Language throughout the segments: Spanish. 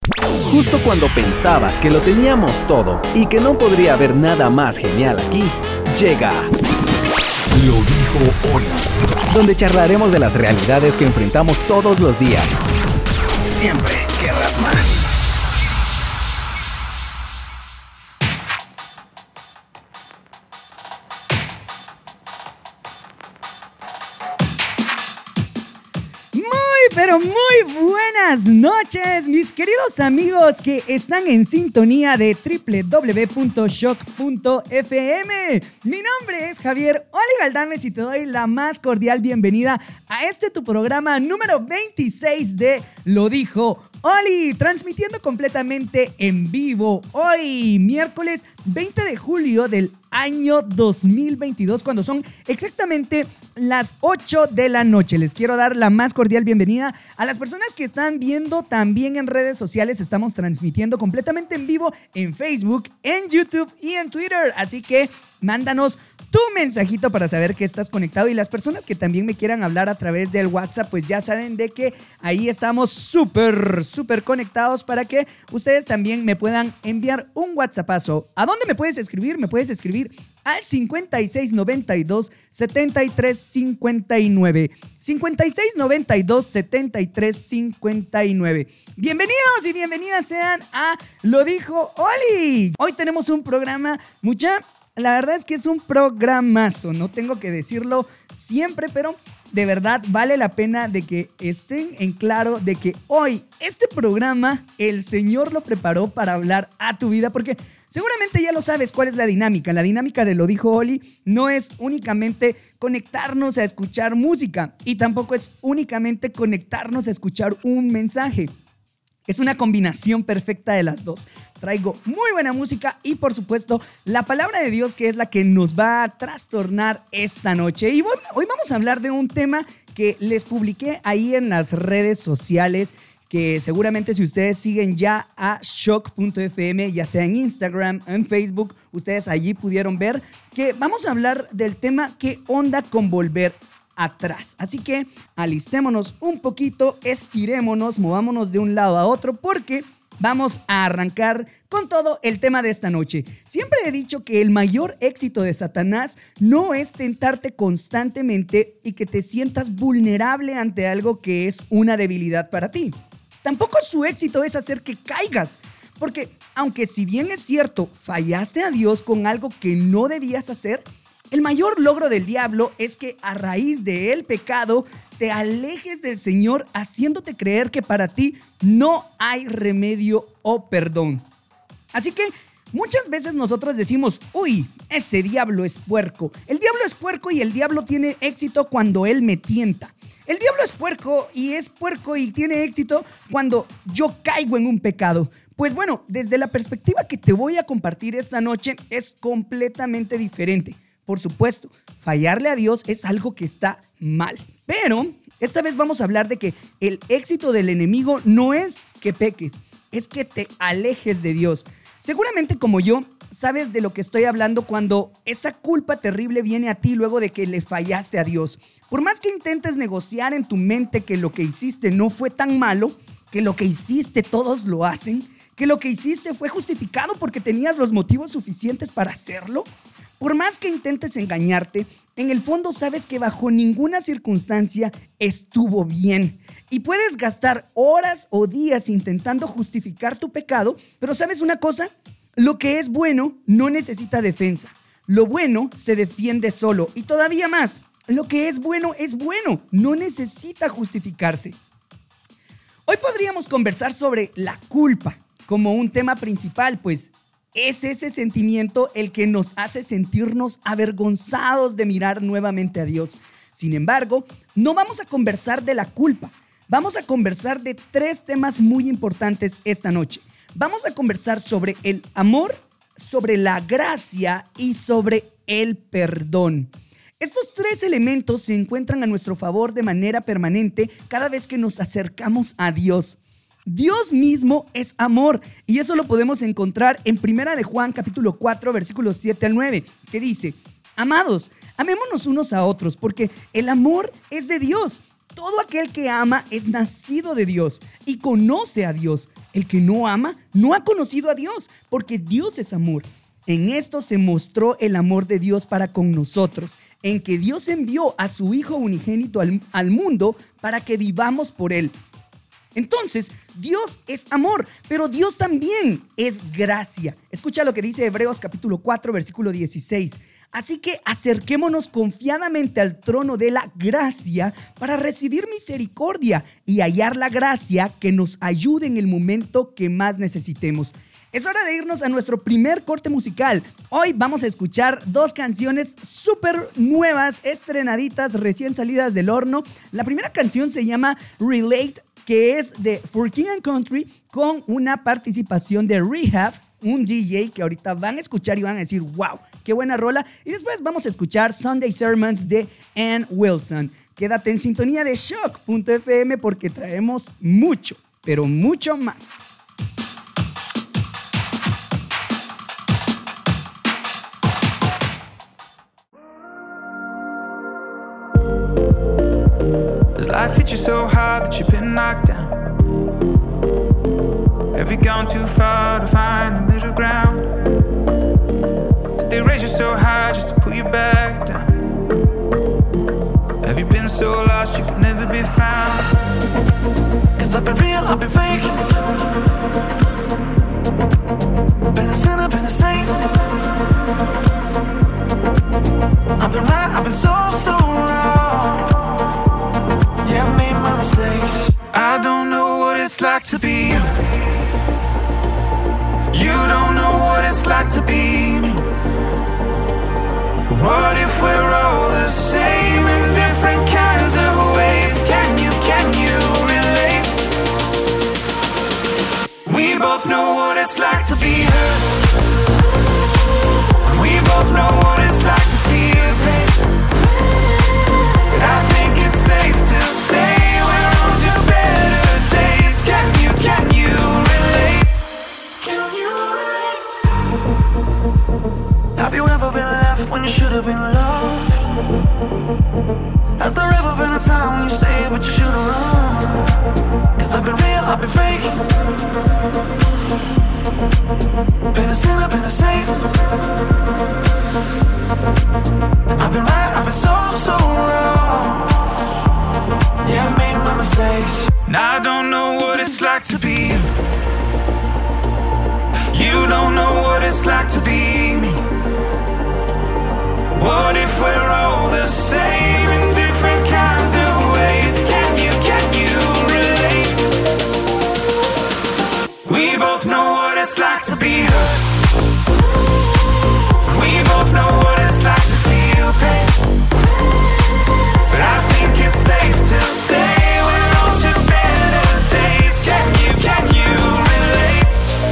Justo cuando pensabas que lo teníamos todo y que no podría haber nada más genial aquí, llega Lo dijo Oli, donde charlaremos de las realidades que enfrentamos todos los días. Siempre querrás más. Pero muy buenas noches, mis queridos amigos que están en sintonía de www.shock.fm. Mi nombre es Javier Oli Galdames y te doy la más cordial bienvenida a tu programa número 26 de Lo dijo Oli, transmitiendo completamente en vivo hoy, miércoles 20 de julio del año 2022, cuando son exactamente las 8 de la noche. Les quiero dar la más cordial bienvenida a las personas que están viendo también en redes sociales. Estamos transmitiendo completamente en vivo en Facebook, en YouTube y en Twitter. Así que mándanos tu mensajito para saber que estás conectado. Y las personas que también me quieran hablar a través del WhatsApp, pues ya saben de que ahí estamos súper conectados para que ustedes también me puedan enviar un WhatsAppazo. ¿A dónde me puedes escribir? Me puedes escribir al 5692 7359. 5692 7359. Bienvenidos y bienvenidas sean a Lo dijo Oli. Hoy tenemos un programa, la verdad es que es un programazo, no tengo que decirlo siempre, pero de verdad vale la pena de que estén en claro de que hoy este programa el Señor lo preparó para hablar a tu vida, porque seguramente ya lo sabes cuál es la dinámica. La dinámica de Lo dijo Oli no es únicamente conectarnos a escuchar música y tampoco es únicamente conectarnos a escuchar un mensaje. Es una combinación perfecta de las dos. Traigo muy buena música y, por supuesto, la palabra de Dios, que es la que nos va a trastornar esta noche. Y bueno, hoy vamos a hablar de un tema que les publiqué ahí en las redes sociales, que seguramente si ustedes siguen ya a shock.fm, ya sea en Instagram, en Facebook, ustedes allí pudieron ver que vamos a hablar del tema ¿qué onda con volver atrás? Así que alistémonos un poquito, estirémonos, movámonos de un lado a otro porque vamos a arrancar con todo el tema de esta noche. Siempre he dicho que el mayor éxito de Satanás no es tentarte constantemente y que te sientas vulnerable ante algo que es una debilidad para ti. Tampoco su éxito es hacer que caigas, porque aunque si bien es cierto, fallaste a Dios con algo que no debías hacer, el mayor logro del diablo es que a raíz del pecado te alejes del Señor, haciéndote creer que para ti no hay remedio o perdón. Así que muchas veces nosotros decimos, uy, ese diablo es puerco. El diablo es puerco y el diablo tiene éxito cuando él me tienta. El diablo es puerco y tiene éxito cuando yo caigo en un pecado. Pues bueno, desde la perspectiva que te voy a compartir esta noche es completamente diferente. Por supuesto, fallarle a Dios es algo que está mal. Pero esta vez vamos a hablar de que el éxito del enemigo no es que peques, es que te alejes de Dios. Seguramente como yo, sabes de lo que estoy hablando cuando esa culpa terrible viene a ti luego de que le fallaste a Dios. Por más que intentes negociar en tu mente que lo que hiciste no fue tan malo, que lo que hiciste todos lo hacen, que lo que hiciste fue justificado porque tenías los motivos suficientes para hacerlo, por más que intentes engañarte, en el fondo sabes que bajo ninguna circunstancia estuvo bien. Y puedes gastar horas o días intentando justificar tu pecado, pero ¿sabes una cosa? Lo que es bueno no necesita defensa. Lo bueno se defiende solo. Y todavía más, lo que es bueno, no necesita justificarse. Hoy podríamos conversar sobre la culpa como un tema principal, pues es ese sentimiento el que nos hace sentirnos avergonzados de mirar nuevamente a Dios. Sin embargo, no vamos a conversar de la culpa. Vamos a conversar de 3 temas muy importantes esta noche. Vamos a conversar sobre el amor, sobre la gracia y sobre el perdón. Estos 3 elementos se encuentran a nuestro favor de manera permanente cada vez que nos acercamos a Dios. Dios mismo es amor y eso lo podemos encontrar en 1 de Juan capítulo 4 versículos 7 al 9, que dice: Amados, amémonos unos a otros porque el amor es de Dios Todo aquel que ama es nacido de Dios y conoce a Dios. El que no ama no ha conocido a Dios, porque Dios es amor. En esto se mostró el amor de Dios para con nosotros, en que Dios envió a su Hijo unigénito al mundo para que vivamos por Él. Entonces, Dios es amor, pero Dios también es gracia. Escucha lo que dice Hebreos capítulo 4, versículo 16. Así que acerquémonos confiadamente al trono de la gracia para recibir misericordia y hallar la gracia que nos ayude en el momento que más necesitemos. Es hora de irnos a nuestro primer corte musical. Hoy vamos a escuchar 2 canciones súper nuevas, estrenaditas, recién salidas del horno. La primera canción se llama Relate, que es de For King and Country, con una participación de Rehab, un DJ que ahorita van a escuchar y van a decir, wow, qué buena rola. Y después vamos a escuchar Sunday Sermons de Ann Wilson. Quédate en sintonía de Shock.fm porque traemos mucho, pero mucho más. Does life hit you so hard that you've been knocked down? Have you gone too far to find the middle ground? Did they raise you so high just to put you back down? Have you been so lost you could never be found? Cause I've been real, I've been fake. Been a sinner, been a saint. I've been right, I've been so wrong. Yeah, I've made my mistakes. I don't know what it's like to be you. You don't know what it's like to be me. What if we're all the same in different kinds of ways? Can you relate? We both know what it's like to be hurt. We both know what it's like to feel pain. And I think it's safe to say we're on to better days. Can you relate? Can you relate? Have you ever been left when you should have been loved? Has there ever been a time when you stayed but you should have run? Cause I've been real, I've been fake. Been a sinner, been a saint. I've been right, I've been so wrong. Yeah, I've made my mistakes. Now I don't know what it's like to be you. You don't know what it's like to be me. What if we're all the same in different kinds of ways? Can you relate? We both know what it's like to be hurt. We both know what it's like to feel pain. But I think it's safe to say we're on to better days. Can you relate?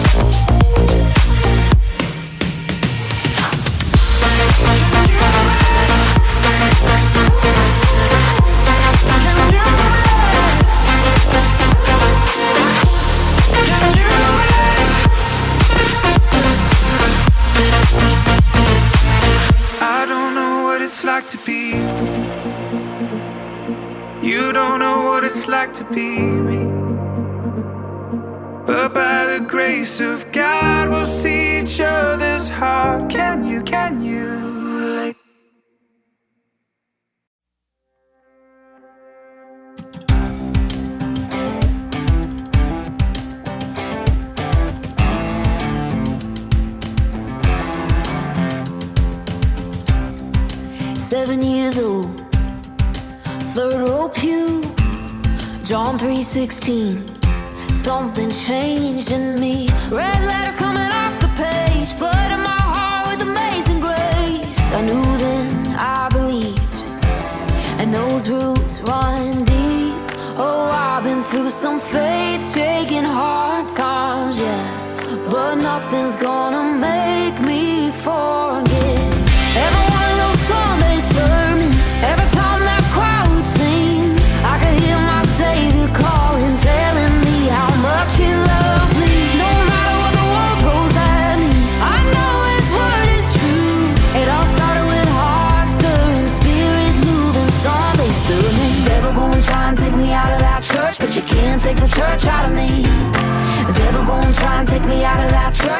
I don't know what it's like to be you don't know what it's like to be me. But by the grace of God we'll see each other's heart. Can you relate? Seven years old, third row pew, John 3:16. Something changed in me. Red letters coming off the page, flooding my heart with amazing grace. I knew then, I believed, and those roots run deep. Oh, I've been through some faith-shaking hard times, yeah, but nothing's gonna make me forget. Every one of those Sunday sermons, every time that crowd would sing, I could hear my Savior calling, telling me how much He loves me. No matter what the world throws at me, I know His word is true. It all started with heart stirring, spirit moving Sunday sermons. Never gonna try and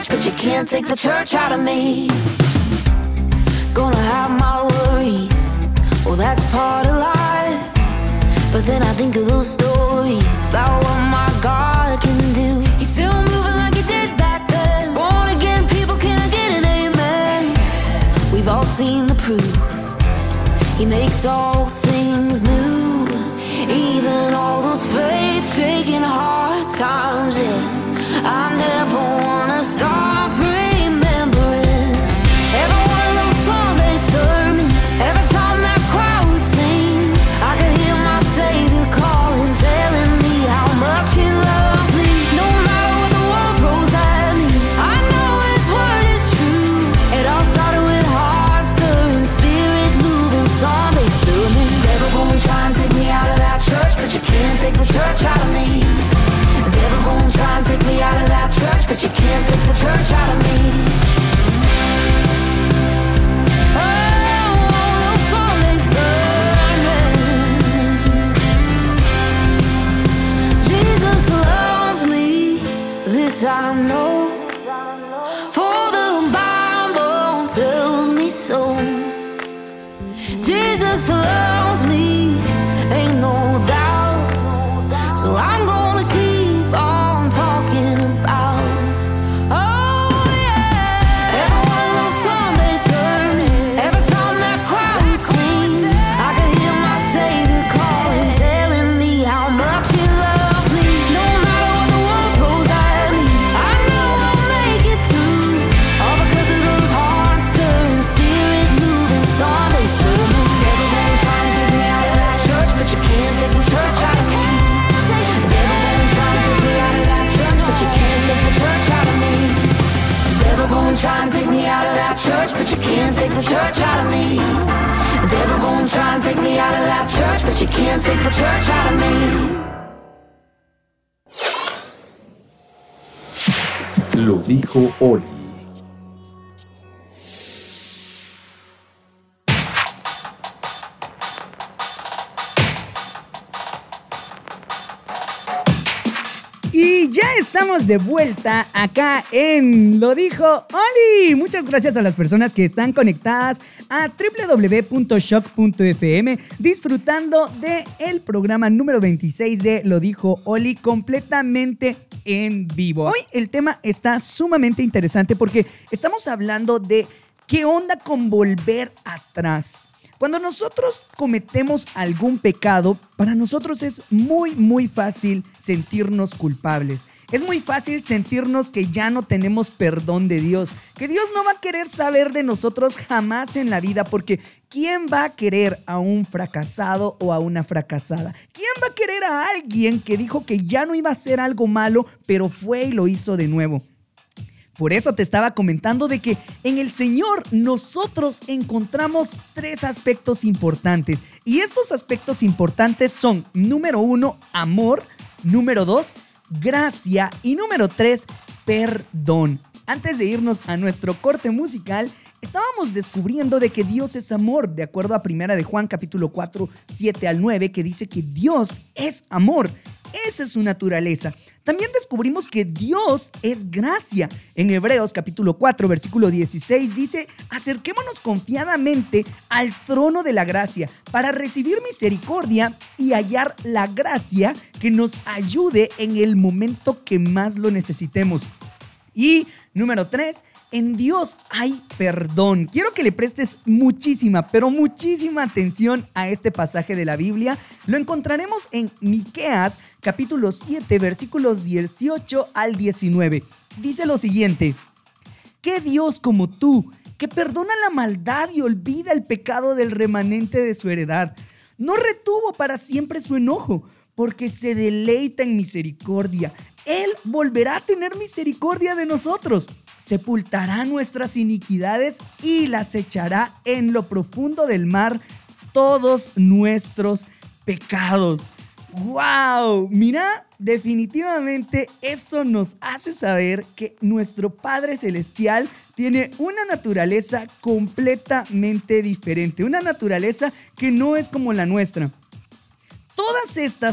church, but you can't take the church out of me. Gonna have my worries, well that's part of life. But then I think of those stories about what my God can do. He's still moving like he did back then. Born again people, can I get an amen? We've all seen the proof. He makes all things new. Even all those faith-shaking hard times, yeah. I never wanna stop remembering every one of those Sunday sermons. Every time that crowd would sing, I could hear my Savior calling, telling me how much He loves me. No matter what the world throws at me, I know His word is true. It all started with heart-stirring, spirit-moving Sunday sermons. Devil gonna try and take me out of that church, but you can't take the church out of me. Devil gonna try and take me out of that church, but you can't take the church out of me. Oh, Sunday sermons. Jesus loves me, this I know, for the Bible tells me so. Jesus loves me, ain't no doubt, so I'm gonna keep on talking about. Oh yeah, every one of those Sunday sermons, every time that crowd would sing, I could hear my Savior calling, telling me how much He loves me. No matter what the world throws at me, I know I'll make it through, all because of those heart-stirring, spirit-moving Sunday sermons. Devil gonna try and take me out of that church, but you can't take the church out of me. Devil gonna try and take me out of that church, but you can't take the church out of me. Devil gonna try and take me out of that church, but you can't take the church out of me. Devil gonna try and take me out of that church, but you can't take the church out of me. Lo dijo Oli. Y ya estamos de vuelta acá en Lo Dijo Oli. Muchas gracias a las personas que están conectadas a www.shock.fm disfrutando del programa número 26 de Lo Dijo Oli completamente en vivo. Hoy el tema está sumamente interesante porque estamos hablando de qué onda con volver atrás. Cuando nosotros cometemos algún pecado, para nosotros es muy fácil sentirnos culpables. Es muy fácil sentirnos que ya no tenemos perdón de Dios, que Dios no va a querer saber de nosotros jamás en la vida, porque ¿quién va a querer a un fracasado o a una fracasada? ¿Quién va a querer a alguien que dijo que ya no iba a hacer algo malo, pero fue y lo hizo de nuevo? Por eso te estaba comentando de que en el Señor nosotros encontramos 3 aspectos importantes. Y estos aspectos importantes son, número 1, amor, número 2, gracia y número 3, perdón. Antes de irnos a nuestro corte musical, estábamos descubriendo de que Dios es amor, de acuerdo a 1 de Juan capítulo 4, 7 al 9, que dice que Dios es amor. Esa es su naturaleza. También descubrimos que Dios es gracia. En Hebreos capítulo 4, versículo 16 dice: acerquémonos confiadamente al trono de la gracia para recibir misericordia y hallar la gracia que nos ayude en el momento que más lo necesitemos. Y número 3, en Dios hay perdón. Quiero que le prestes muchísima, pero muchísima atención a este pasaje de la Biblia. Lo encontraremos en Miqueas, capítulo 7, versículos 18 al 19. Dice lo siguiente: ¿qué Dios como tú, que perdona la maldad y olvida el pecado del remanente de su heredad? No retuvo para siempre su enojo, porque se deleita en misericordia. Él volverá a tener misericordia de nosotros. Sepultará nuestras iniquidades y las echará en lo profundo del mar todos nuestros pecados. ¡Wow! Mira, definitivamente esto nos hace saber que nuestro Padre Celestial tiene una naturaleza completamente diferente. Una naturaleza que no es como la nuestra. Todas estas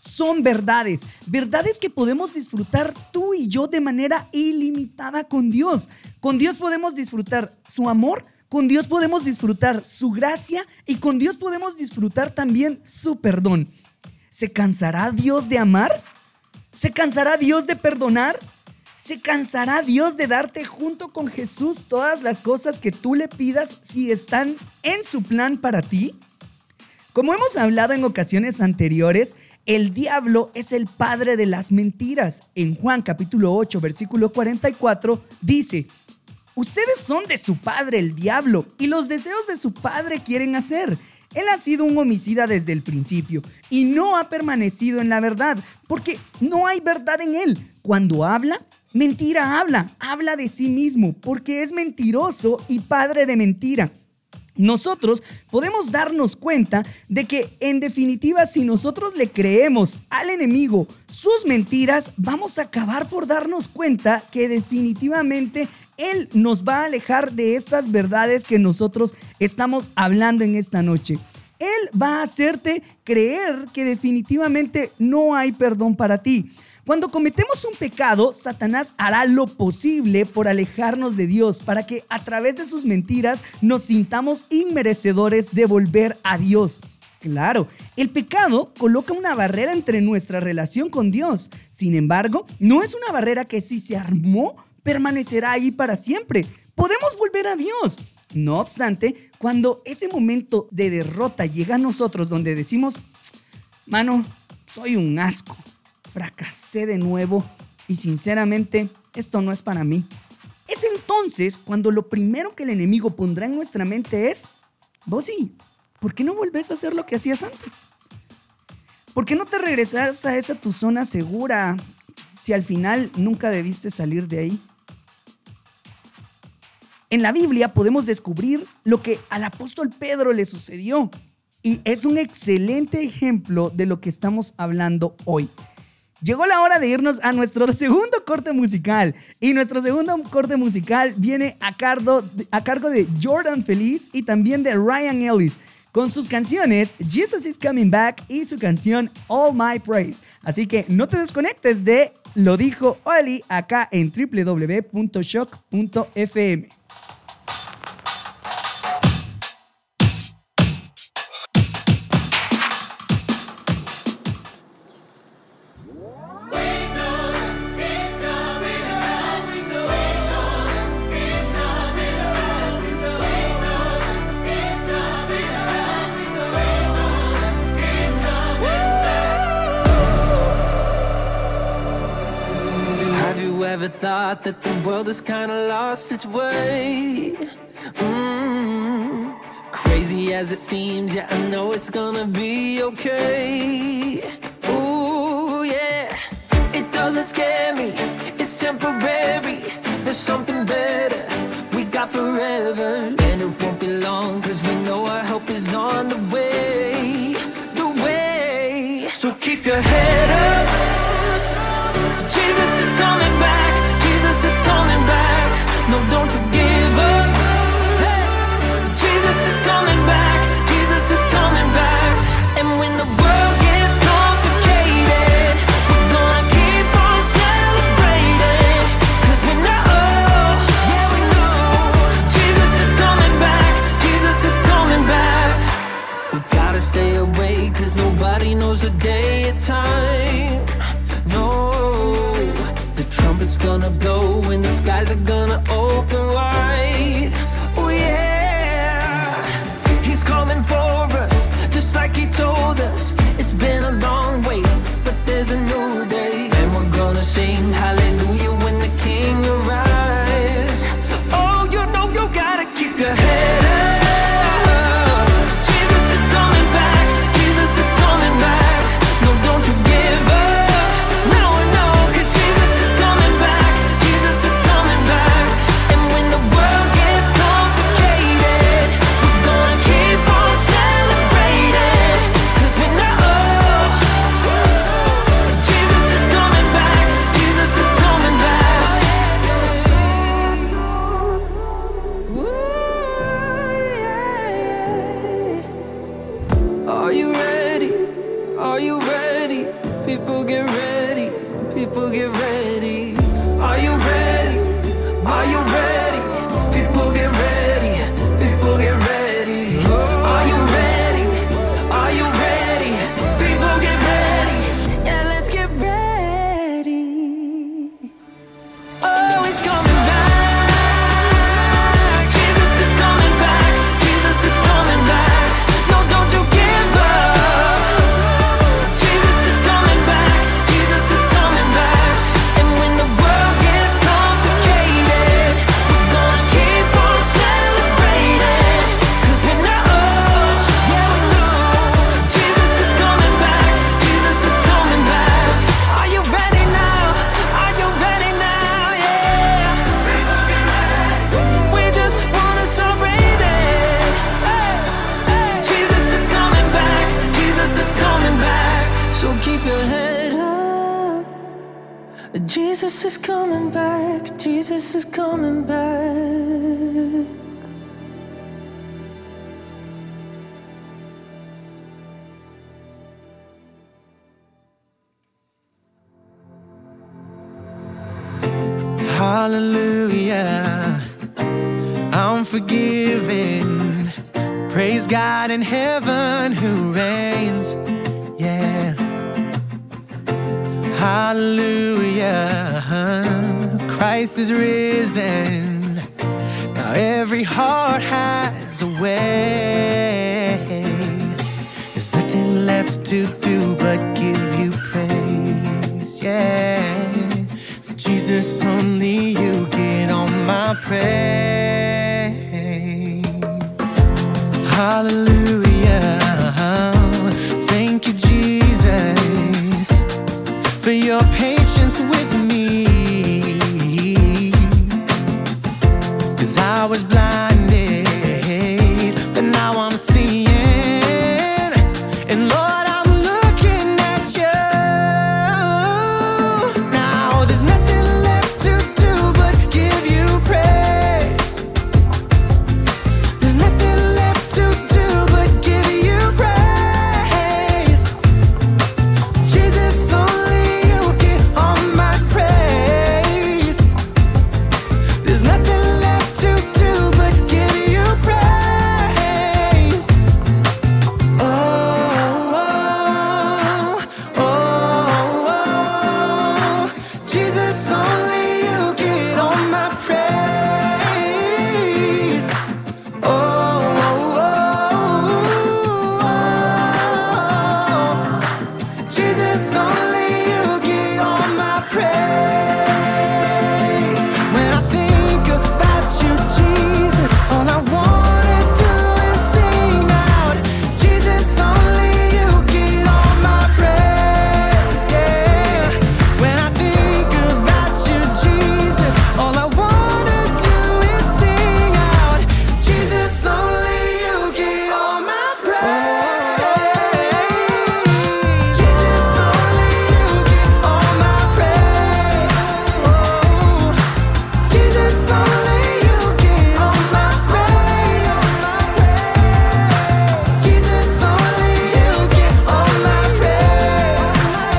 son verdades que podemos disfrutar tú y yo de manera ilimitada con Dios. Con Dios podemos disfrutar su amor, con Dios podemos disfrutar su gracia y con Dios podemos disfrutar también su perdón. ¿Se cansará Dios de amar? ¿Se cansará Dios de perdonar? ¿Se cansará Dios de darte junto con Jesús todas las cosas que tú le pidas si están en su plan para ti? Como hemos hablado en ocasiones anteriores, el diablo es el padre de las mentiras. En Juan capítulo 8, versículo 44, dice: ustedes son de su padre el diablo y los deseos de su padre quieren hacer. Él ha sido un homicida desde el principio y no ha permanecido en la verdad, porque no hay verdad en él. Cuando habla, mentira habla de sí mismo, porque es mentiroso y padre de mentira. Nosotros podemos darnos cuenta de que, en definitiva, si nosotros le creemos al enemigo sus mentiras, vamos a acabar por darnos cuenta que definitivamente él nos va a alejar de estas verdades que nosotros estamos hablando en esta noche. Él va a hacerte creer que definitivamente no hay perdón para ti. Cuando cometemos un pecado, Satanás hará lo posible por alejarnos de Dios para que a través de sus mentiras nos sintamos inmerecedores de volver a Dios. Claro, el pecado coloca una barrera entre nuestra relación con Dios. Sin embargo, no es una barrera que si se armó, permanecerá ahí para siempre. Podemos volver a Dios. No obstante, cuando ese momento de derrota llega a nosotros donde decimos: mano, soy un asco, fracasé de nuevo y sinceramente esto no es para mí. Es entonces cuando lo primero que el enemigo pondrá en nuestra mente es: Bosi, ¿por qué no volvés a hacer lo que hacías antes? ¿Por qué no te regresas a esa tu zona segura si al final nunca debiste salir de ahí? En la Biblia podemos descubrir lo que al apóstol Pedro le sucedió y es un excelente ejemplo de lo que estamos hablando hoy. Llegó la hora de irnos a nuestro segundo corte musical. Y nuestro segundo corte musical viene a cargo de Jordan Feliz y también de Ryan Ellis, con sus canciones Jesus is Coming Back y su canción All My Praise. Así que no te desconectes de Lo Dijo Oli acá en www.shock.fm. Ever thought that the world has kind of lost its way? Crazy as it seems, yeah, I know it's gonna be okay. Ooh, yeah, it doesn't scare me, it's temporary. There's something better, we got forever. And it won't be long, cause we know our help is on the way. So keep your head up, Jesus is coming back. Jesus is coming back. No, don't you give up. Hey. Jesus is coming back. Jesus is coming back. And when the world gets complicated, we're gonna keep on celebrating. Cause we know, yeah we know, Jesus is coming back. Jesus is coming back. We gotta stay awake cause nobody knows a day or time. No, the trumpet's gonna blow and the skies are gonna open wide. Oh yeah, he's coming for us, just like he told us. It's been a long wait, but there's a new day. And we're gonna sing hallelujah when the King arrives. Oh, you know you gotta keep your head up. Jesus is coming back, Jesus is coming back. No, don't you give up. No, cause Jesus is coming back. Jesus is coming back. And when the world is coming back. Jesus is coming back. Jesus is coming back. No, don't you give up. Jesus is coming back. Jesus is coming back. And when the world gets complicated, we're gonna keep on celebrating. 'Cause we know, yeah we know, Jesus is coming back. Jesus is coming back. Are you ready now? Are you ready now? Yeah. We just wanna celebrate it. Hey, hey. Jesus is coming back. Jesus is coming back. So keep your head up. Jesus is coming back. Jesus is coming back. Hallelujah, I'm forgiven. Praise God in heaven who reigns. Yeah. Hallelujah, Christ is risen. Now every heart has a way. There's nothing left to do but give you praise. Yeah. Jesus, only you get all my praise. Hallelujah. Thank you, Jesus, for your patience with me. 'Cause I was blinded, but now I'm seeing. And Lord, I'm looking at you. Now there's nothing left to do but give you praise. There's nothing left to do but give you praise. Jesus, only you get all my praise. There's nothing left to do but give you praise. Oh, oh, oh, oh. Jesus, only you get all my praise. Oh, oh, oh. Jesus, only you get all my praise. When I think about you, Jesus, all I wanna do is sing out. Jesus, only you get all my praise. Yeah. When I think about you, Jesus, all I wanna do is sing out. Jesus, only you get all my praise. Jesus, only you get all my praise. Oh, Jesus, only you get all my praise. Jesus, only you get all my praise.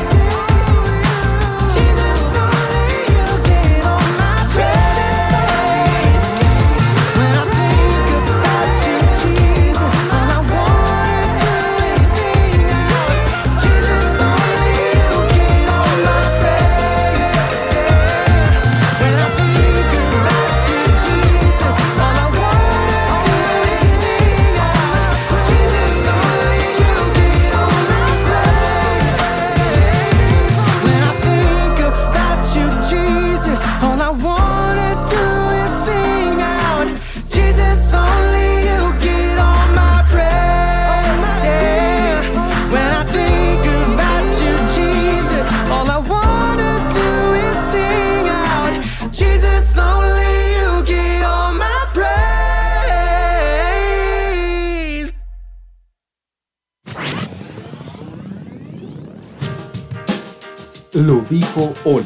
Jesus, only you get all my praise. When I think about you, Jesus, all I wanna do is sing out. Jesus, only you get all my praise. When I think about you, Jesus, all I wanna do is sing out. Jesus, only you get all my praise. When I think about you, Jesus, all I wanna do is sing out. Jesus, only you get all my praise. When I think about you, Jesus, all I wanna do is sing out. Jesus, only you get all my praise. Lo dijo Oli.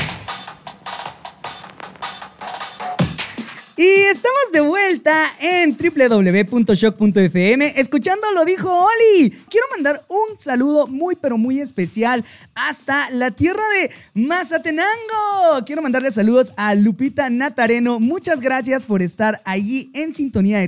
Y estamos de vuelta en www.shock.fm, escuchando Lo Dijo Oli. Quiero mandar un saludo muy pero muy especial hasta la tierra de Mazatenango. Quiero mandarle saludos a Lupita Natareno. Muchas gracias por estar allí en sintonía de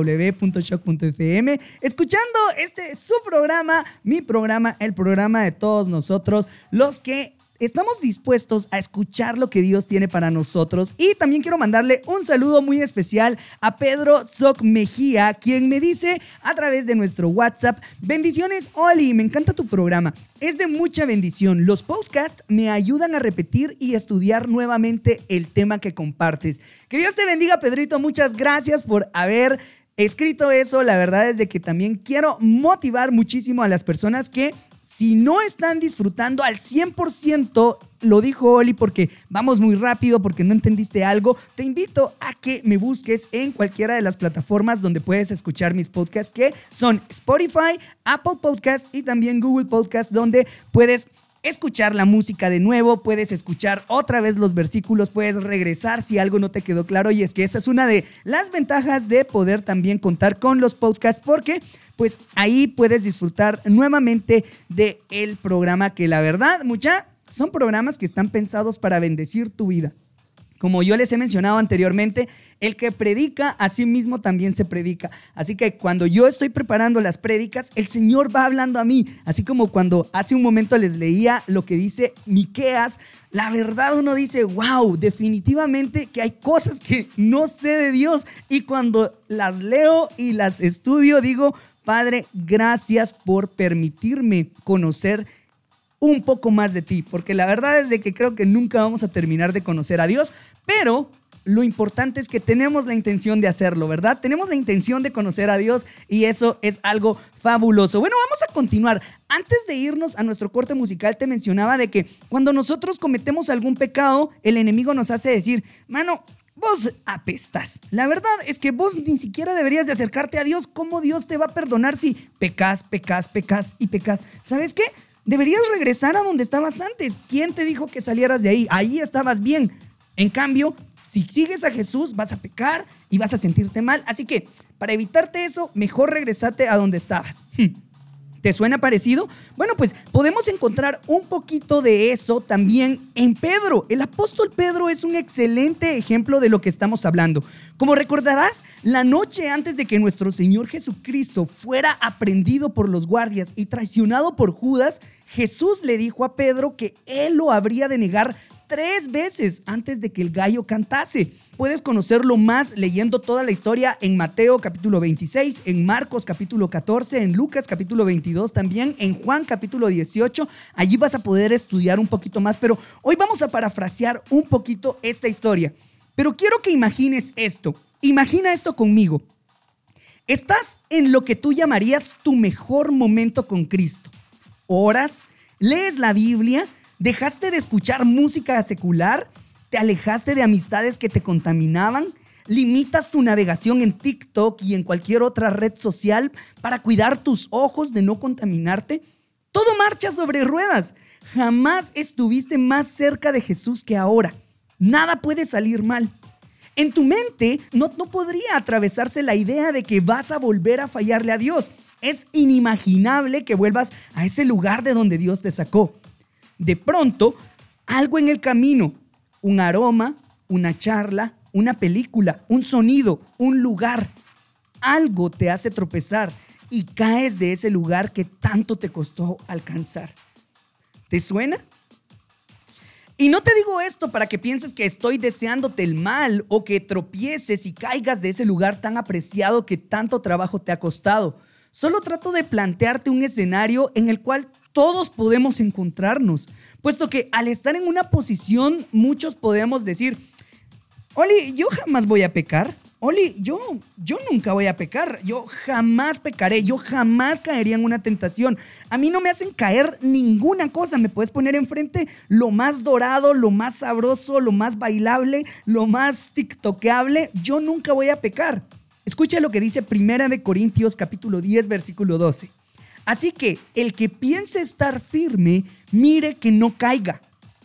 www.shock.fm, escuchando su programa, mi programa, el programa de todos nosotros, los que estamos dispuestos a escuchar lo que Dios tiene para nosotros. Y también quiero mandarle un saludo muy especial a Pedro Zoc Mejía, quien me dice a través de nuestro WhatsApp: bendiciones, Oli, me encanta tu programa. Es de mucha bendición. Los podcasts me ayudan a repetir y estudiar nuevamente el tema que compartes. Que Dios te bendiga, Pedrito. Muchas gracias por haber escrito eso. La verdad es de que también quiero motivar muchísimo a las personas que, si no están disfrutando al 100%, Lo Dijo Oli, porque vamos muy rápido, porque no entendiste algo, te invito a que me busques en cualquiera de las plataformas donde puedes escuchar mis podcasts, que son Spotify, Apple Podcast y también Google Podcast, donde puedes escuchar la música de nuevo, puedes escuchar otra vez los versículos, puedes regresar si algo no te quedó claro. Y es que esa es una de las ventajas de poder también contar con los podcasts, porque pues ahí puedes disfrutar nuevamente del programa, que la verdad, son programas que están pensados para bendecir tu vida. Como yo les he mencionado anteriormente, el que predica, a sí mismo también se predica. Así que cuando yo estoy preparando las prédicas, el Señor va hablando a mí. Así como cuando hace un momento les leía lo que dice Miqueas, la verdad uno dice, wow, definitivamente que hay cosas que no sé de Dios. Y cuando las leo y las estudio, digo, Padre, gracias por permitirme conocer un poco más de ti, porque la verdad es de que creo que nunca vamos a terminar de conocer a Dios, pero lo importante es que tenemos la intención de hacerlo, ¿verdad? Tenemos la intención de conocer a Dios y eso es algo fabuloso. Bueno, vamos a continuar. Antes de irnos a nuestro corte musical, te mencionaba de que cuando nosotros cometemos algún pecado, el enemigo nos hace decir, mano, vos apestas. La verdad es que vos ni siquiera deberías de acercarte a Dios. ¿Cómo Dios te va a perdonar si pecas y pecas? ¿Sabes qué? Deberías regresar a donde estabas antes. ¿Quién te dijo que salieras de ahí? Ahí estabas bien. En cambio, si sigues a Jesús, vas a pecar y vas a sentirte mal. Así que, para evitarte eso, mejor regresate a donde estabas. ¿Te suena parecido? Bueno, pues podemos encontrar un poquito de eso también en Pedro. El apóstol Pedro es un excelente ejemplo de lo que estamos hablando. Como recordarás, la noche antes de que nuestro Señor Jesucristo fuera aprehendido por los guardias y traicionado por Judas, Jesús le dijo a Pedro que él lo habría de negar 3 veces antes de que el gallo cantase. Puedes conocerlo más leyendo toda la historia en Mateo capítulo 26, en Marcos capítulo 14, en Lucas capítulo 22, también en Juan capítulo 18. Allí vas a poder estudiar un poquito más, pero hoy vamos a parafrasear un poquito esta historia. Pero quiero que imagines esto. Imagina esto conmigo. Estás en lo que tú llamarías tu mejor momento con Cristo. Oras, lees la Biblia, dejaste de escuchar música secular, te alejaste de amistades que te contaminaban, limitas tu navegación en TikTok y en cualquier otra red social para cuidar tus ojos de no contaminarte. Todo marcha sobre ruedas. Jamás estuviste más cerca de Jesús que ahora. Nada puede salir mal. En tu mente no podría atravesarse la idea de que vas a volver a fallarle a Dios. Es inimaginable que vuelvas a ese lugar de donde Dios te sacó. De pronto, algo en el camino, un aroma, una charla, una película, un sonido, un lugar, algo te hace tropezar y caes de ese lugar que tanto te costó alcanzar. ¿Te suena? Y no te digo esto para que pienses que estoy deseándote el mal o que tropieces y caigas de ese lugar tan apreciado que tanto trabajo te ha costado. Solo trato de plantearte un escenario en el cual todos podemos encontrarnos, puesto que al estar en una posición muchos podemos decir, Oli, yo jamás voy a pecar. Oli, yo nunca voy a pecar. Yo jamás pecaré. Yo jamás caería en una tentación. A mí no me hacen caer ninguna cosa. Me puedes poner enfrente lo más dorado, lo más sabroso, lo más bailable, lo más tiktokeable. Yo nunca voy a pecar. Escucha lo que dice 1 Corintios capítulo 10, versículo 12. Así que el que piense estar firme, mire que no caiga.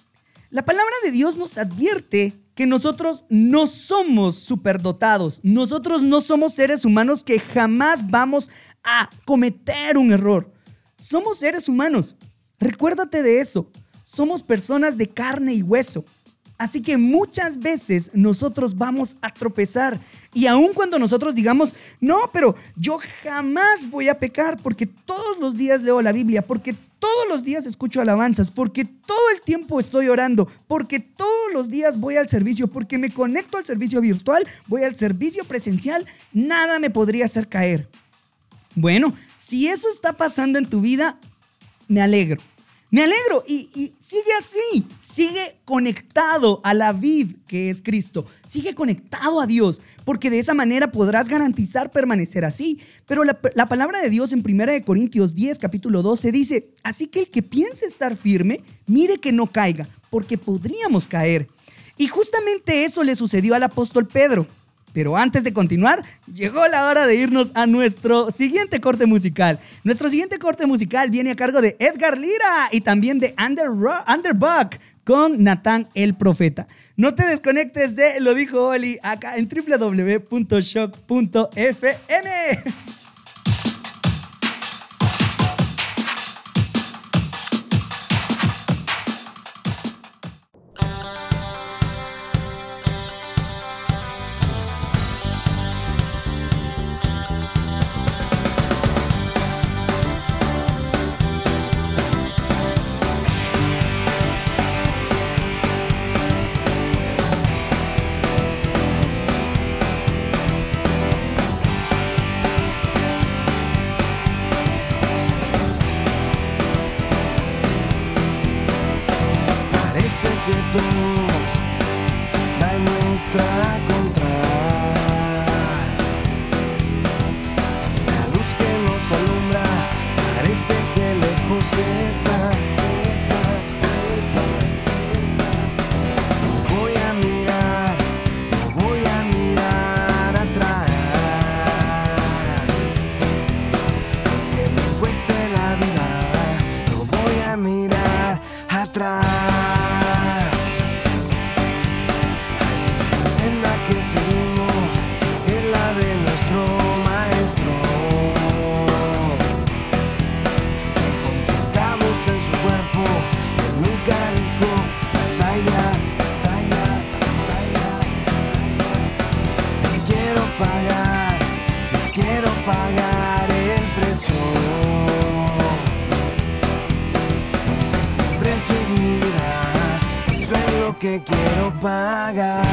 La palabra de Dios nos advierte que nosotros no somos superdotados. Nosotros no somos seres humanos que jamás vamos a cometer un error. Somos seres humanos. Recuérdate de eso. Somos personas de carne y hueso. Así que muchas veces nosotros vamos a tropezar. Y aun cuando nosotros digamos, no, pero yo jamás voy a pecar porque todos los días leo la Biblia, porque todos los días escucho alabanzas, porque todo el tiempo estoy orando, porque todos los días voy al servicio, porque me conecto al servicio virtual, voy al servicio presencial, nada me podría hacer caer. Bueno, si eso está pasando en tu vida, me alegro. Me alegro y sigue así, sigue conectado a la vid que es Cristo, sigue conectado a Dios, porque de esa manera podrás garantizar permanecer así. Pero la palabra de Dios en 1 Corintios 10, capítulo 12 dice, así que el que piense estar firme, mire que no caiga, porque podríamos caer. Y justamente eso le sucedió al apóstol Pedro. Pero antes de continuar, llegó la hora de irnos a nuestro siguiente corte musical. Nuestro siguiente corte musical viene a cargo de Edgar Lira y también de Underbuck con Natán el Profeta. No te desconectes de Lo Dijo Oli acá en www.shock.fm. Parece que todo va en nuestra contra. La luz que nos alumbra parece que lejos está. No voy a mirar atrás. Aunque me cueste la vida, no voy a mirar atrás. Que seguimos es la de nuestro maestro. Que conquistamos en su cuerpo, que nunca dijo hasta allá, hasta allá, hasta allá. Y quiero pagar el precio. Ese precio es mi vida, eso es lo que quiero pagar.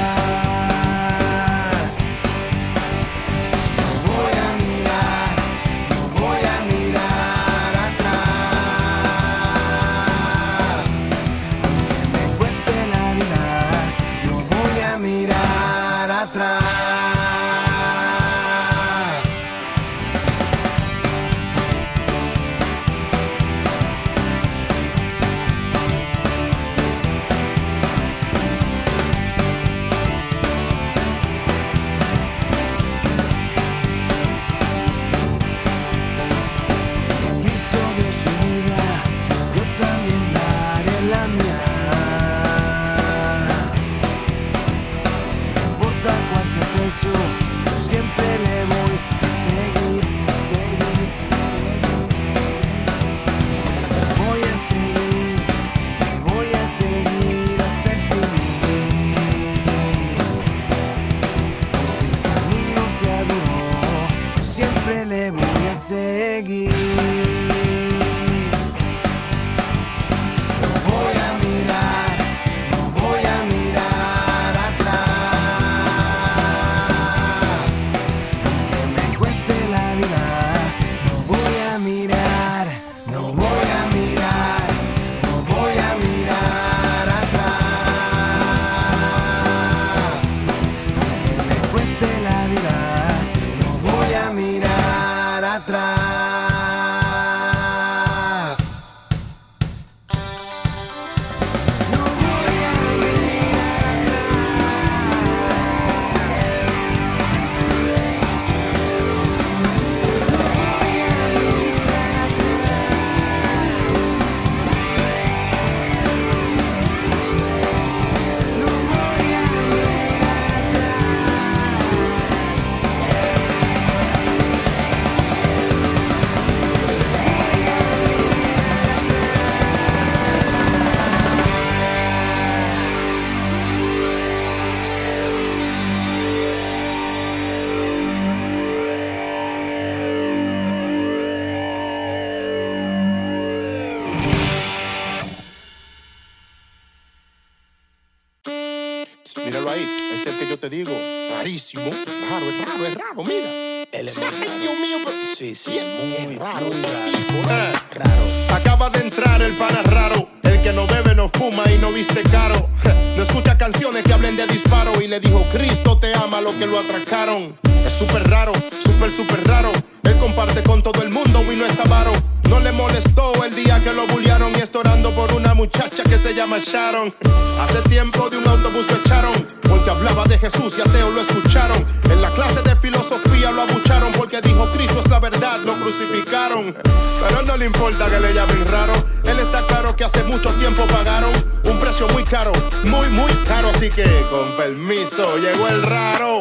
rarísimo. Es raro, mira. Ay, Dios mío, pero... Sí, es muy raro ese tipo. Raro. Acaba de entrar el pana raro, el que no bebe, no fuma y no viste caro. No escucha canciones que hablen de disparo y le dijo Cristo te ama a lo que lo atracaron. Es súper raro, súper raro. Él comparte con todo el mundo y no es avaro. No le molestó el día que lo bullearon y está orando por una muchacha que se llama Sharon. Hace tiempo de un autobús lo echaron porque hablaba de Jesús y ateos lo escucharon. En la clase de filosofía lo abucharon porque dijo Cristo es la verdad, lo crucificaron. Pero no le importa que le llamen raro. Él está claro que hace mucho tiempo pagaron un precio muy caro, muy caro. Así que con permiso llegó el raro.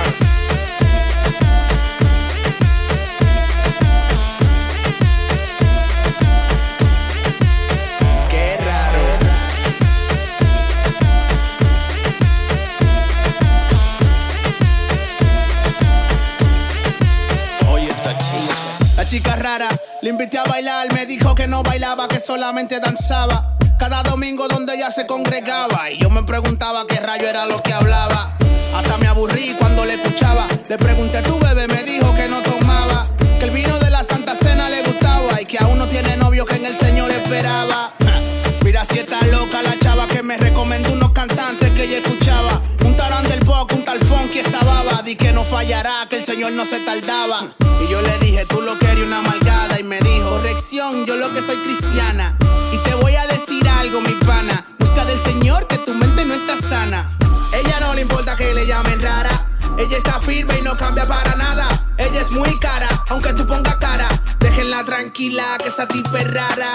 Chica rara, le invité a bailar, me dijo que no bailaba, que solamente danzaba. Cada domingo donde ella se congregaba y yo me preguntaba qué rayo era lo que hablaba. Hasta me aburrí cuando le escuchaba. Le pregunté, ¿tú bebé? Me dijo que no tomaba, que el vino de la Santa Cena le gustaba y que aún no tiene novio, que en el Señor esperaba. Mira si está loca la chava que me recomendó unos cantantes que ella escuchaba. Un tarán del pop, un tal funky, esa baba. Di que no fallará, que el Señor no se tardaba. Y yo le dije, tú lo que eres una amalgada. Y me dijo, corrección, yo lo que soy cristiana. Y te voy a decir algo, mi pana. Busca del Señor que tu mente no está sana. Ella no le importa que le llamen rara. Ella está firme y no cambia para nada. Ella es muy cara, aunque tú pongas cara. Déjenla tranquila, que esa tipa es rara.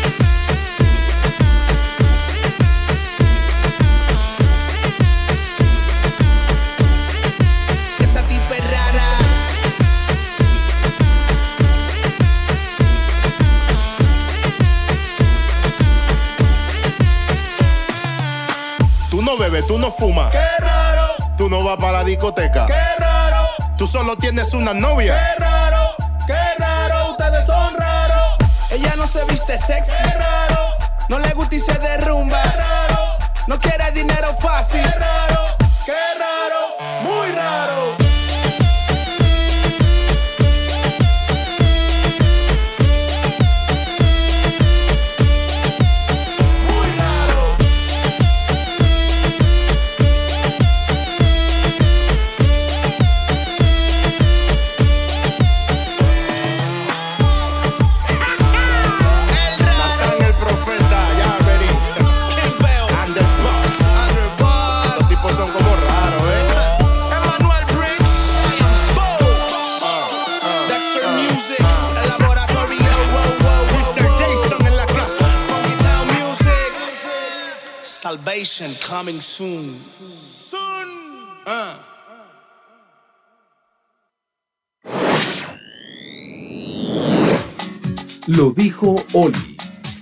Tú no bebes, tú no fumas. ¡Qué raro! Tú no vas para la discoteca. ¡Qué raro! Tú solo tienes una novia. ¡Qué raro! Ustedes son raros. Ella no se viste sexy. ¡Qué raro! No le gusta y se derrumba. ¡Qué raro! No quiere dinero fácil. ¡Qué raro! ¡Qué raro! ¡Muy raro! Salvation coming soon. Lo dijo Oli.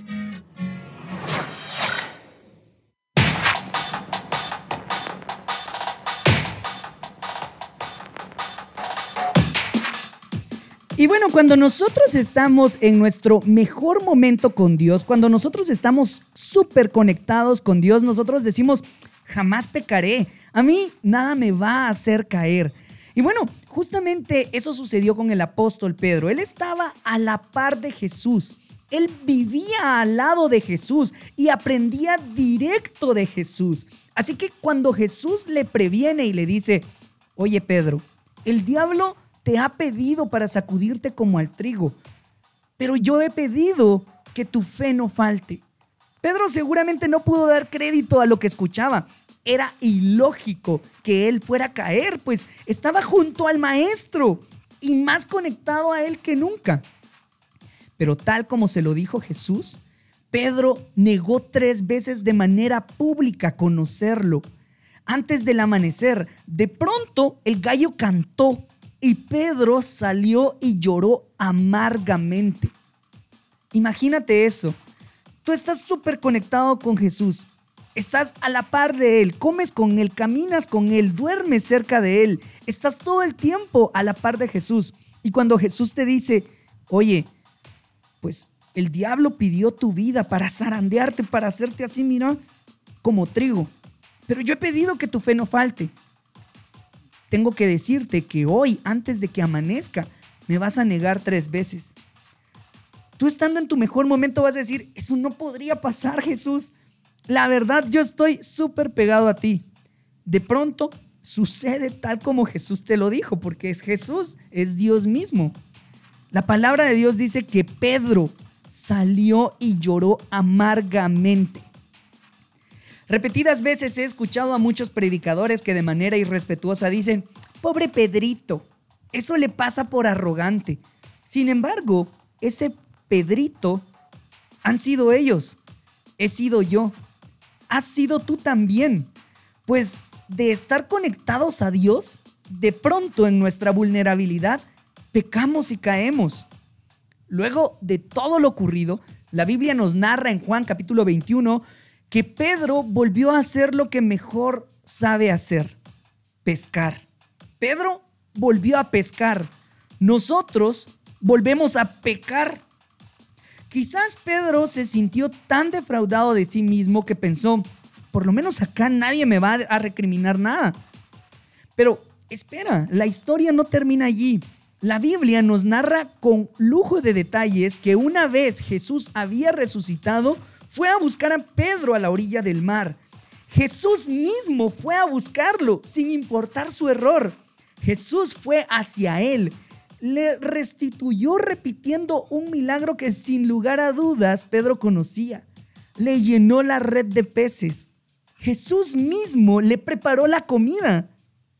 Y bueno, cuando nosotros estamos en nuestro mejor momento con Dios, cuando nosotros estamos súper conectados con Dios, nosotros decimos, jamás pecaré, a mí nada me va a hacer caer. Y bueno, justamente eso sucedió con el apóstol Pedro. Él estaba a la par de Jesús. Él vivía al lado de Jesús y aprendía directo de Jesús. Así que cuando Jesús le previene y le dice, oye Pedro, el diablo te ha pedido para sacudirte como al trigo, pero yo he pedido que tu fe no falte. Pedro seguramente no pudo dar crédito a lo que escuchaba. Era ilógico que él fuera a caer, pues estaba junto al maestro y más conectado a él que nunca. Pero tal como se lo dijo Jesús, Pedro negó 3 veces de manera pública conocerlo. Antes del amanecer, de pronto el gallo cantó y Pedro salió y lloró amargamente. Imagínate eso. Tú estás súper conectado con Jesús. Estás a la par de Él, comes con Él, caminas con Él, duermes cerca de Él. Estás todo el tiempo a la par de Jesús. Y cuando Jesús te dice, oye, pues el diablo pidió tu vida para zarandearte, para hacerte así, mira, como trigo. Pero yo he pedido que tu fe no falte. tengo que decirte que hoy, antes de que amanezca, me vas a negar 3 veces. Tú estando en tu mejor momento vas a decir, eso no podría pasar, Jesús. La verdad, yo estoy súper pegado a ti. De pronto, sucede tal como Jesús te lo dijo, porque Jesús es Dios mismo. La palabra de Dios dice que Pedro salió y lloró amargamente. Repetidas veces he escuchado a muchos predicadores que de manera irrespetuosa dicen, pobre Pedrito, eso le pasa por arrogante. Sin embargo, ese Pedrito han sido ellos, he sido yo, has sido tú también. Pues de estar conectados a Dios, de pronto en nuestra vulnerabilidad, pecamos y caemos. Luego de todo lo ocurrido, la Biblia nos narra en Juan capítulo 21 que Pedro volvió a hacer lo que mejor sabe hacer, pescar. Pedro volvió a pescar. Nosotros volvemos a pecar. Quizás Pedro se sintió tan defraudado de sí mismo que pensó, por lo menos acá nadie me va a recriminar nada. Pero espera, la historia no termina allí. La Biblia nos narra con lujo de detalles que una vez Jesús había resucitado, fue a buscar a Pedro a la orilla del mar. Jesús mismo fue a buscarlo, sin importar su error. Jesús fue hacia él, le restituyó repitiendo un milagro que sin lugar a dudas Pedro conocía. Le llenó la red de peces. Jesús mismo le preparó la comida.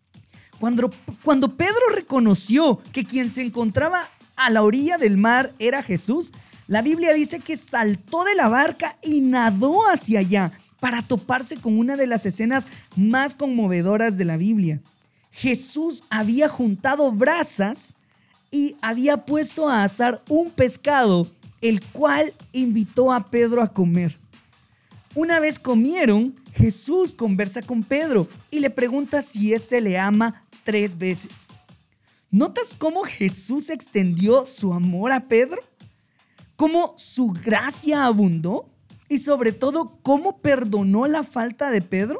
Cuando Pedro reconoció que quien se encontraba a la orilla del mar era Jesús, la Biblia dice que saltó de la barca y nadó hacia allá para toparse con una de las escenas más conmovedoras de la Biblia. Jesús había juntado brasas y había puesto a asar un pescado, el cual invitó a Pedro a comer. Una vez comieron, Jesús conversa con Pedro y le pregunta si éste le ama 3 veces. ¿Notas cómo Jesús extendió su amor a Pedro? ¿Cómo su gracia abundó? Y sobre todo, ¿cómo perdonó la falta de Pedro?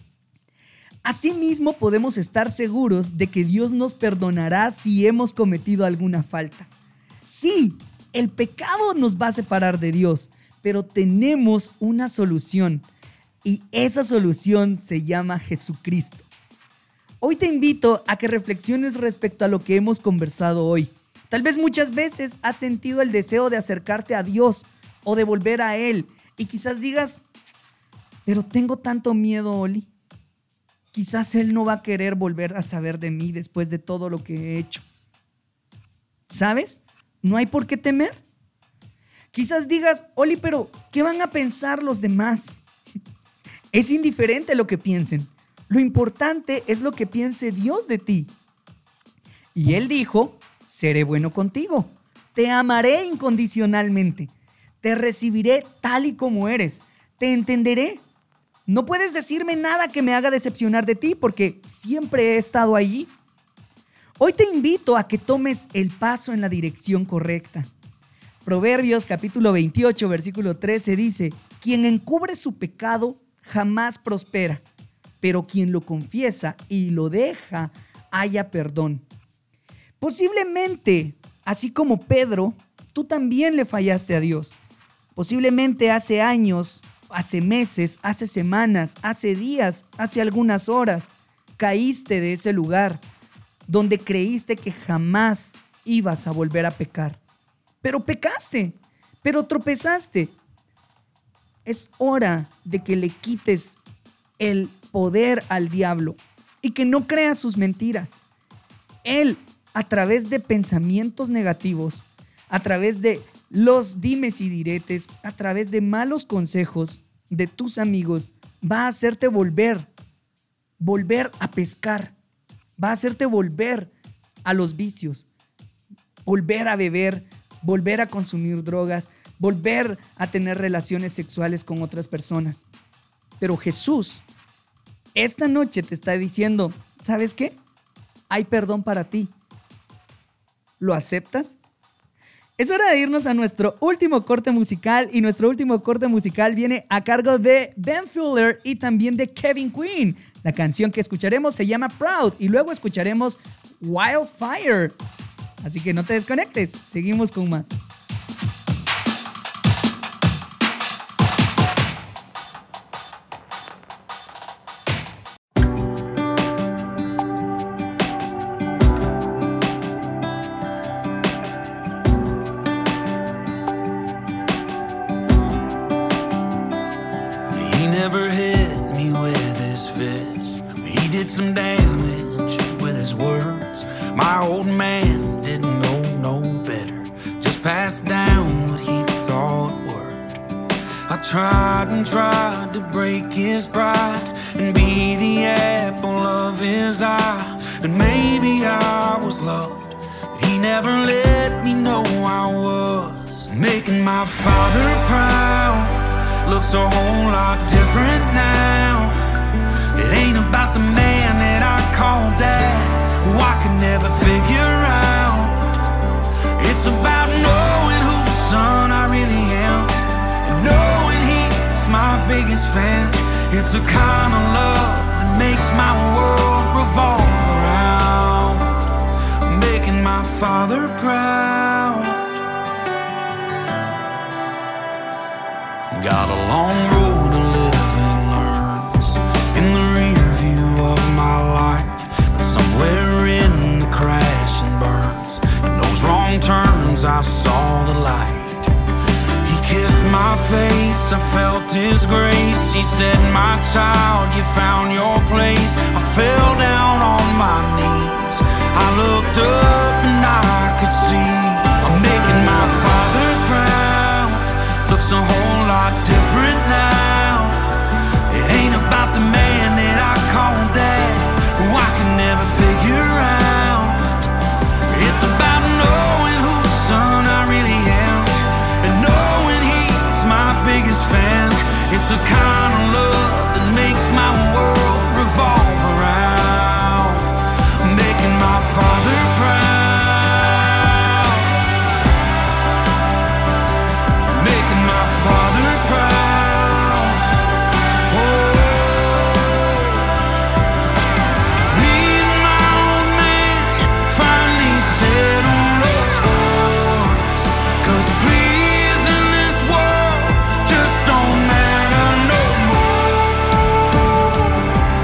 Asimismo, podemos estar seguros de que Dios nos perdonará si hemos cometido alguna falta. Sí, el pecado nos va a separar de Dios, pero tenemos una solución. Y esa solución se llama Jesucristo. Hoy te invito a que reflexiones respecto a lo que hemos conversado hoy. Tal vez muchas veces has sentido el deseo de acercarte a Dios o de volver a Él. Y quizás digas, pero tengo tanto miedo, Oli. Quizás Él no va a querer volver a saber de mí después de todo lo que he hecho. ¿Sabes? No hay por qué temer. Quizás digas, Oli, pero ¿qué van a pensar los demás? Es indiferente lo que piensen. Lo importante es lo que piense Dios de ti. Y Él dijo, seré bueno contigo. Te amaré incondicionalmente. Te recibiré tal y como eres. Te entenderé. No puedes decirme nada que me haga decepcionar de ti porque siempre he estado allí. Hoy te invito a que tomes el paso en la dirección correcta. Proverbios capítulo 28, versículo 13 dice, quien encubre su pecado jamás prospera, pero quien lo confiesa y lo deja, halla perdón. Posiblemente, así como Pedro, tú también le fallaste a Dios. Posiblemente hace años, hace meses, hace semanas, hace días, hace algunas horas, caíste de ese lugar donde creíste que jamás ibas a volver a pecar. Pero pecaste, pero tropezaste. Es hora de que le quites el poder al diablo y que no creas sus mentiras. Él, a través de pensamientos negativos, a través de los dimes y diretes, a través de malos consejos de tus amigos, va a hacerte volver a pescar, va a hacerte volver a los vicios, volver a beber, volver a consumir drogas, volver a tener relaciones sexuales con otras personas. Pero Jesús, esta noche te está diciendo, ¿sabes qué? Hay perdón para ti. ¿Lo aceptas? Es hora de irnos a nuestro último corte musical y nuestro último corte musical viene a cargo de Ben Fuller y también de Kevin Quinn. La canción que escucharemos se llama Proud y luego escucharemos Wildfire. Así que no te desconectes, seguimos con más. He never hit me with his fist. He did some damage with his words. My old man didn't know no better. Just passed down what he thought worked. I tried and tried to break his pride and be the apple of his eye. And maybe I was loved, but he never let me know I was. Making my father proud looks a whole lot different now. It ain't about the man that I call dad, who I could never figure out. It's about knowing whose son I really am, and knowing he's my biggest fan. It's the kind of love that makes my world revolve around, making my father proud. Got a long road to live and learns in the rear view of my life, but somewhere in the crash and burns, in those wrong turns I saw the light. He kissed my face, I felt his grace. He said, my child, you found your place. I fell down on my knees, I looked up and I could see I'm making my father proud. Looks a whole lot different now. It ain't about the man that I call dad, who I can never figure out. It's about knowing whose son I really am, and knowing he's my biggest fan. It's the kind of love that makes my world revolve around, making my father proud. Father proud. Oh, me and my old man finally settled our scores, 'cause pleasing this world just don't matter no more.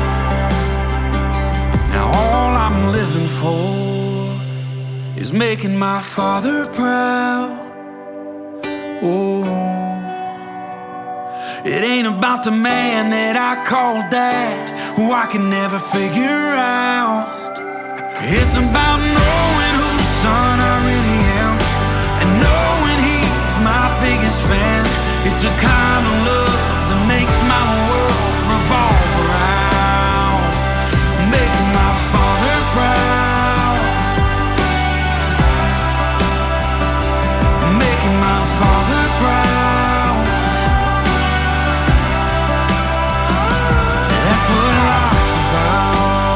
Now all I'm living for is making my father proud. Oh, it ain't about the man that I call dad, who I can never figure out. It's about knowing whose son I really am, and knowing he's my biggest fan. It's a kind of love that makes my world revolve around, making my father proud, making my father proud. That's what life's about.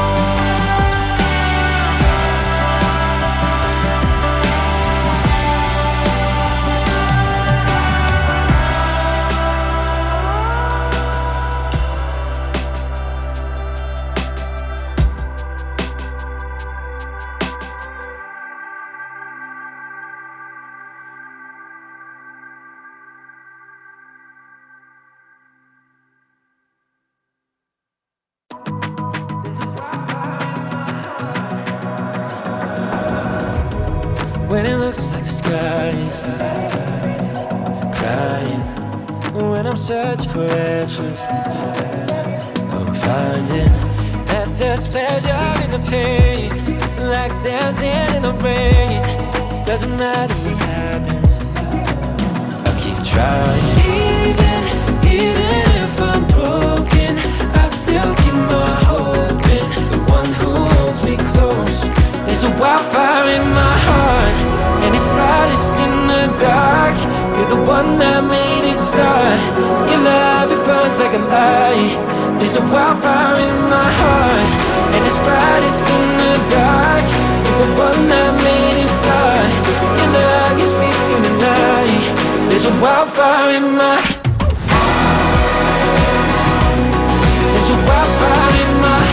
When it looks like the sky is crying, when I'm searching for answers, I'm finding that there's pleasure in the pain, like dancing in the rain. Doesn't matter what happens, I keep trying. Even if I'm broken, I still keep my hope in the one who holds me close. There's a wildfire in my heart, and it's brightest in the dark. You're the one that made it start. Your love, it burns like a light. There's a wildfire in my heart, and it's brightest in the dark. You're the one that made it start. Your love gets me through the night. There's a wildfire in my. There's a wildfire in my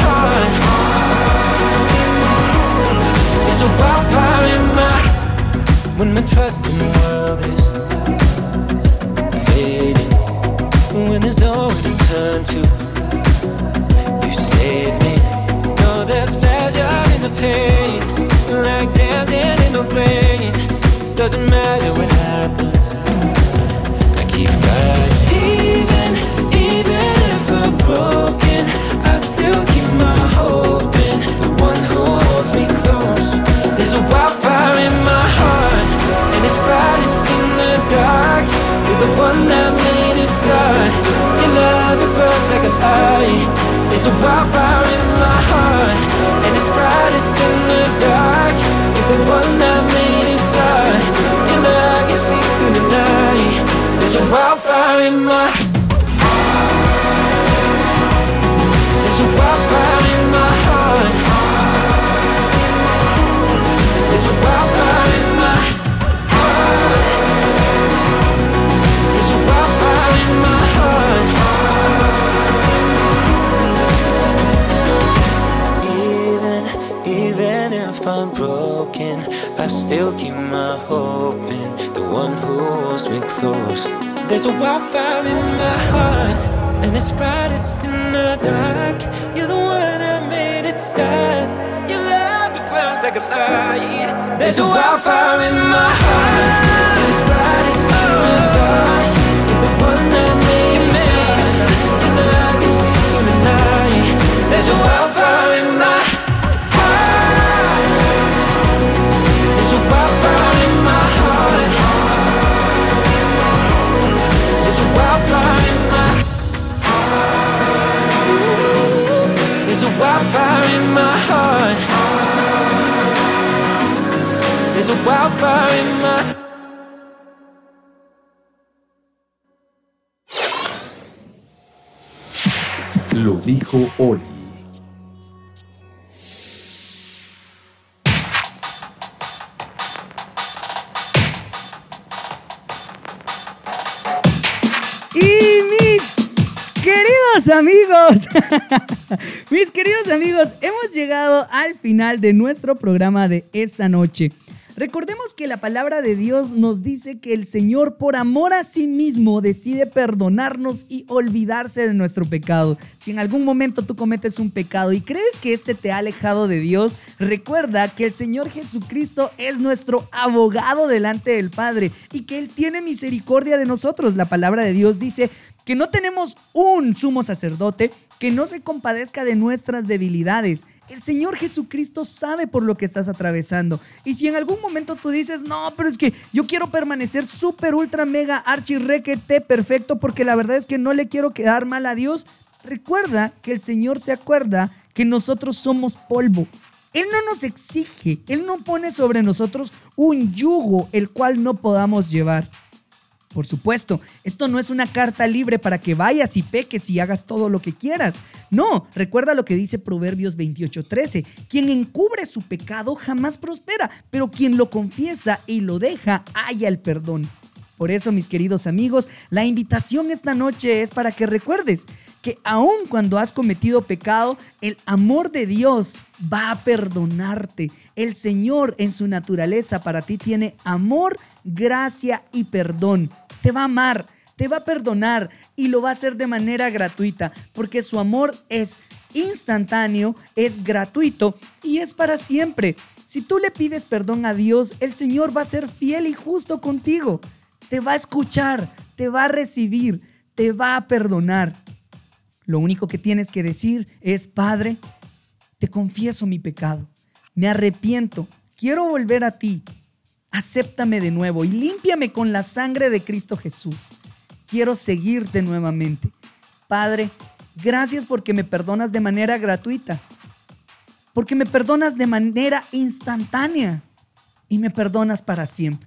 There's a wildfire in my when my trust in the world is fading, when there's nowhere to turn to. You save me. No, there's pleasure in the pain, like dancing in the rain. Doesn't matter what happens, I keep fighting. Even if I'm broken, I still keep my hope in the one who holds me close. There's a wildfire in my heart, and it's brightest in the dark. You're the one that made it start. Your love, it burns like a light. There's a wildfire in my heart, and it's brightest in the dark. You're the one that made it start. Your love gets me through the night. There's a wildfire in my There's a wildfire in my heart. There's a wildfire in my heart. There's a wildfire in my heart. Even if I'm broken, I still keep my hope in the one who holds me close. There's a wildfire in my heart, and it's brightest in the dark. You're the one that made it start. Your love, it burns like a light. There's a wildfire in my heart, and it's brightest in the dark. You're the one that made it start. Your love gets me through the night. There's a wildfire in my heart. There's a wildfire in my heart. There's a wildfire in my There's a wildfire in my heart. There's a wildfire in my Lo dijo Oli. Mis queridos amigos, hemos llegado al final de nuestro programa de esta noche. Recordemos que la palabra de Dios nos dice que el Señor, por amor a sí mismo, decide perdonarnos y olvidarse de nuestro pecado. Si en algún momento tú cometes un pecado y crees que este te ha alejado de Dios, recuerda que el Señor Jesucristo es nuestro abogado delante del Padre y que Él tiene misericordia de nosotros. La palabra de Dios dice que no tenemos un sumo sacerdote que no se compadezca de nuestras debilidades. El Señor Jesucristo sabe por lo que estás atravesando. Y si en algún momento tú dices, no, pero es que yo quiero permanecer súper, ultra, mega, archi, requete, perfecto, porque la verdad es que no le quiero quedar mal a Dios, recuerda que el Señor se acuerda que nosotros somos polvo. Él no nos exige, Él no pone sobre nosotros un yugo el cual no podamos llevar. Por supuesto, esto no es una carta libre para que vayas y peques y hagas todo lo que quieras. No, recuerda lo que dice Proverbios 28:13. Quien encubre su pecado jamás prospera, pero quien lo confiesa y lo deja halla el perdón. Por eso, mis queridos amigos, la invitación esta noche es para que recuerdes que aun cuando has cometido pecado, el amor de Dios va a perdonarte. El Señor en su naturaleza para ti tiene amor, gracia y perdón. Te va a amar, te va a perdonar y lo va a hacer de manera gratuita, porque su amor es instantáneo, es gratuito y es para siempre. Si tú le pides perdón a Dios, el Señor va a ser fiel y justo contigo. Te va a escuchar, te va a recibir, te va a perdonar. Lo único que tienes que decir es: Padre, te confieso mi pecado, me arrepiento, quiero volver a ti. Acéptame de nuevo y límpiame con la sangre de Cristo Jesús. Quiero seguirte nuevamente. Padre, gracias porque me perdonas de manera gratuita, porque me perdonas de manera instantánea y me perdonas para siempre.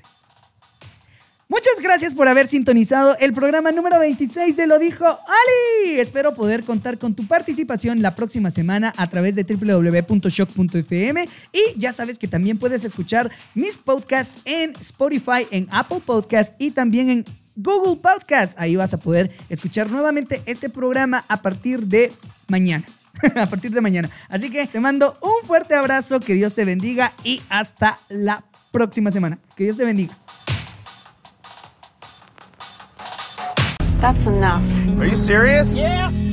Muchas gracias por haber sintonizado el programa número 26 de Lo Dijo Oli. Espero poder contar con tu participación la próxima semana a través de www.shock.fm y ya sabes que también puedes escuchar mis podcasts en Spotify, en Apple Podcast y también en Google Podcast. Ahí vas a poder escuchar nuevamente este programa a partir de mañana. a partir de mañana. Así que te mando un fuerte abrazo, que Dios te bendiga y hasta la próxima semana. Que Dios te bendiga. That's enough. Are you serious? Yeah.